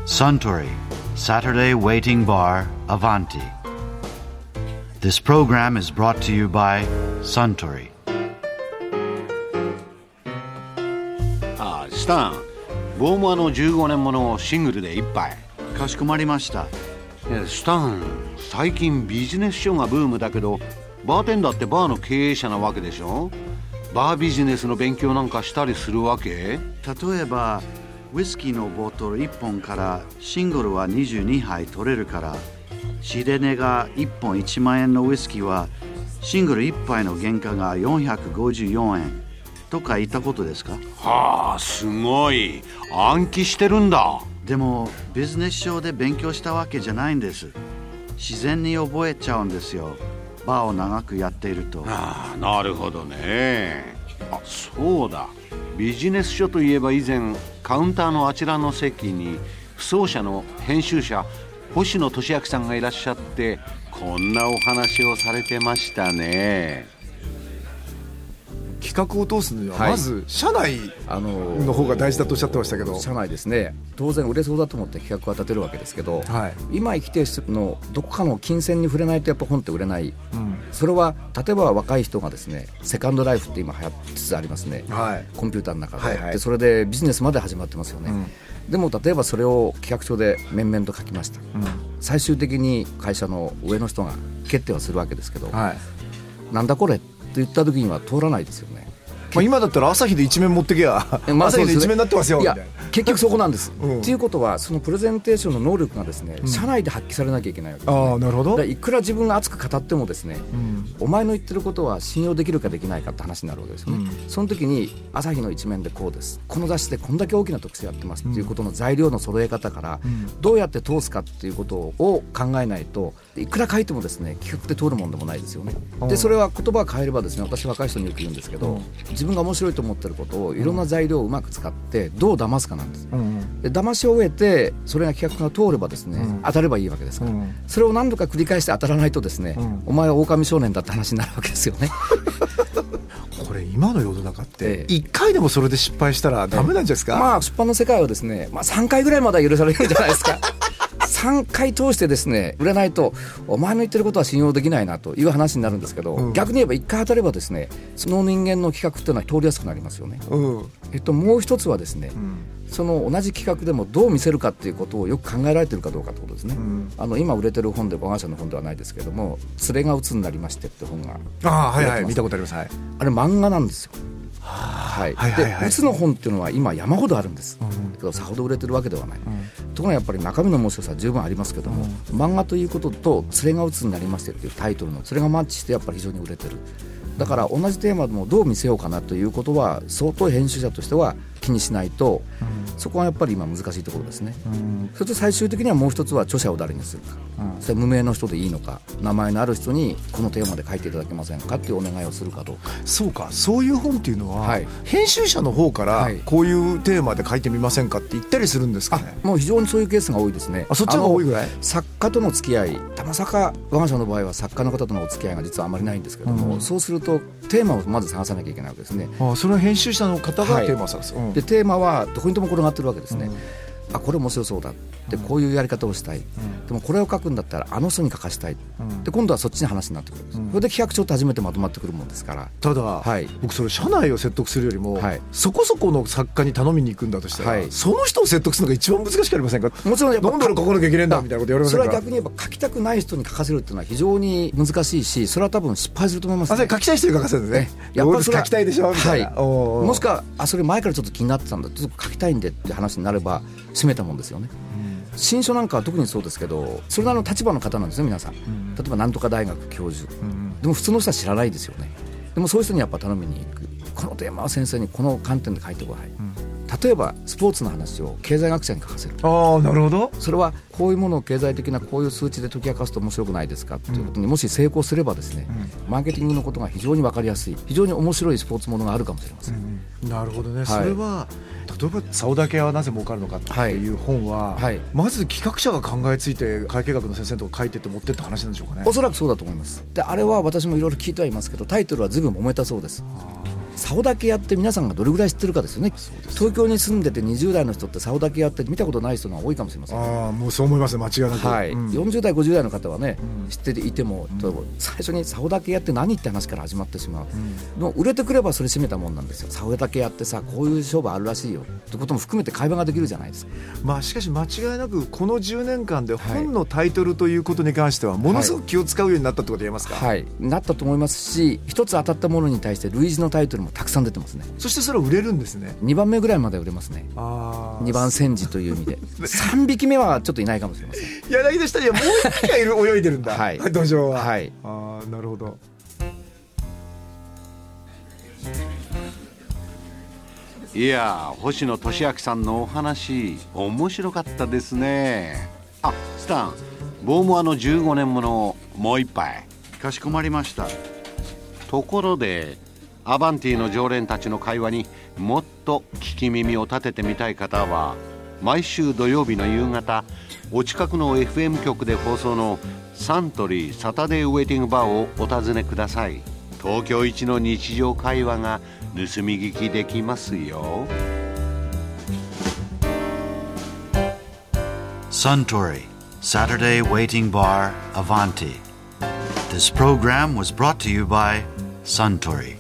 Suntory Saturday Waiting Bar Avanti. This program is brought to you by Suntory. スタン、ボーマの15年ものをシングルで一杯。 かしこまりました。 スタン、最近ビジネス書がブームだけど、バーテンダーってバーの経営者なわけでしょ。バービジネスの勉強なんかしたりするわけ？ 例えばウイスキーのボトル1本からシングルは22杯取れるから、仕入れ値が1本1万円のウイスキーはシングル1杯の原価が454円とか言ったことですか？ はあ、すごい。暗記してるんだ。 でもビジネス書で勉強したわけじゃないんです。自然に覚えちゃうんですよ、バーを長くやっていると。 ああ、なるほどね。あ、そうだ。ビジネス書といえば以前カウンターのあちらの席に不走者の編集者星野俊明さんがいらっしゃって、こんなお話をされてましたね。 企画を通すにはまず社内の方が大事だとおっしゃってましたけど、 社内ですね。当然売れそうだと思って企画は立てるわけですけど、今生きている人のどこかの金銭に触れないとやっぱ本って売れない、それは例えば若い人がですね、セカンドライフって今流行りつつありますね、コンピューターの中で、でそれでビジネスまで始まってますよね、でも例えばそれを企画書で面々と書きました、最終的に会社の上の人が決定はするわけですけど、なんだこれと言った時には通らないですよね。 今だったら朝日で一面持ってけや、朝日で一面になってますよみたいな。 結局そこなんです、っていうことはそのプレゼンテーションの能力がですね、社内で発揮されなきゃいけないわけですね。 なるほど。 いくら自分が熱く語ってもですね、お前の言ってることは信用できるかできないかって話になるわけですよね、その時に朝日の一面でこうです、この雑誌でこんだけ大きな特集やってますっていうことの材料の揃え方から、どうやって通すかっていうことを考えないと、いくら書いてもですね企画って通るもんでもないですよね。でそれは言葉を変えればですね、私若い人によく言うんですけど、自分が面白いと思ってることをいろんな材料をうまく使ってどう騙すかなんです、で騙し終えてそれが企画が通ればですね、当たればいいわけですから、それを何度か繰り返して当たらないとですね、お前は狼少年だって話になるわけですよねこれ今の世の中って1回でもそれで失敗したらダメなんじゃないですか？ 出版の世界はですね、3回ぐらいまでは許されるんじゃないですか3回通してですね売れないとお前の言ってることは信用できないなという話になるんですけど、逆に言えば1回当たればですね、その人間の企画っていうのは通りやすくなりますよね、もう一つはですね、その同じ企画でもどう見せるかっていうことをよく考えられてるかどうかってことですね、今売れてる本で我が社の本ではないですけれども、連れが鬱になりましてって本が見たことあります、 あれ漫画なんですよ。で鬱の本っていうのは今山ほどあるんです、けどさほど売れてるわけではない、ところがやっぱり中身の面白さは十分ありますけども、漫画ということと連れが鬱になりましてっていうタイトルのそれがマッチしてやっぱり非常に売れてる。だから同じテーマでもどう見せようかなということは相当編集者としては気にしないと、そこはやっぱり今難しいところですね、それと最終的にはもう一つは著者を誰にするか、それは無名の人でいいのか、名前のある人にこのテーマで書いていただけませんかっていうお願いをするかどうか。 そうか、そういう本っていうのは、編集者の方からこういうテーマで書いてみませんかって言ったりするんですかね？ もう非常にそういうケースが多いですね。 そっちの方が多いぐらい？ 作家との付き合い、まさか我が社の場合は作家の方とのお付き合いが実はあまりないんですけども、そうするとテーマをまず探さなきゃいけないわけですね。 それは編集者の方がテーマを探す、 でテーマはどこにでも転がってるわけですね、これ面白そうだで、こういうやり方をしたい、でもこれを書くんだったらあの人に書かしたい、で今度はそっちに話になってくるんです、それで企画書って初めてまとまってくるもんですから。 ただ、僕それ社内を説得するよりも、そこそこの作家に頼みに行くんだとしたら、その人を説得するのが一番難しくありませんか？ もちろんやっぱなんだろう書かなきゃいけないんだみたいなこと言われませんか？ それは逆に言えば書きたくない人に書かせるっていうのは非常に難しいし、それは多分失敗すると思いますね。 書きたい人に書かせるんですね。やっぱそれ書きたいでしょみたいな、 もしくはそれ前からちょっと気になってたんだ、ちょっと書きたいんでって話になれば締めたもんですよね。新書なんかは特にそうですけど、それなりの立場の方なんですよ皆さん、例えばなんとか大学教授、でも普通の人は知らないですよね。でもそういう人にやっぱ頼みに行く、このテーマは先生にこの観点で書いてごらん、例えばスポーツの話を経済学者に書かせる。 なるほど。 それはこういうものを経済的なこういう数値で解き明かすと面白くないですかということにもし成功すればですね、マーケティングのことが非常に分かりやすい、非常に面白いスポーツものがあるかもしれません、 なるほどね、それは例えば竿だけはなぜ儲かるのかっていう本は、まず企画者が考えついて会計学の先生のとこ書いてって持ってった話なんでしょうかね。 おそらくそうだと思います。であれは私もいろいろ聞いてはいますけど、タイトルは随分揉めたそうです。 竿竹屋って皆さんがどれぐらい知ってるかですよね。東京に住んでて20代の人って竿竹屋って見たことない人が多いかもしれません。 もうそう思いますね、間違いなく、 40代50代の方はね、知っていても、最初に竿竹屋って何って話から始まってしまう、売れてくればそれ閉めたもんなんですよ。竿竹屋ってさ、こういう商売あるらしいよってことも含めて会話ができるじゃないですか。 しかし間違いなくこの10年間で本のタイトルということに関してはものすごく気を使うようになったってことで言えますか。 なったと思いますし、一つ当たったものに対して類似のタイトルもたくさん出てますね。 そしてそれは売れるんですね。 2番目ぐらいまで売れますね。2番煎じという意味で3匹目はちょっといないかもしれません。 柳の下にはもう1匹が泳いでるんだ土壌は。なるほど。 いや、星野俊明さんのお話面白かったですね。スタン、ボーモアの15年ものもう一杯。 かしこまりました。 ところでアバンティの常連たちの会話にもっと聞き耳を立ててみたい方は、毎週土曜日の夕方、お近くの FM 局で放送のサントリーサタデーウェイティングバーをお尋ねください。東京一の日常会話が盗み聞きできますよ。 Suntory Saturday Waiting Bar Avanti. This program was brought to you by Suntory.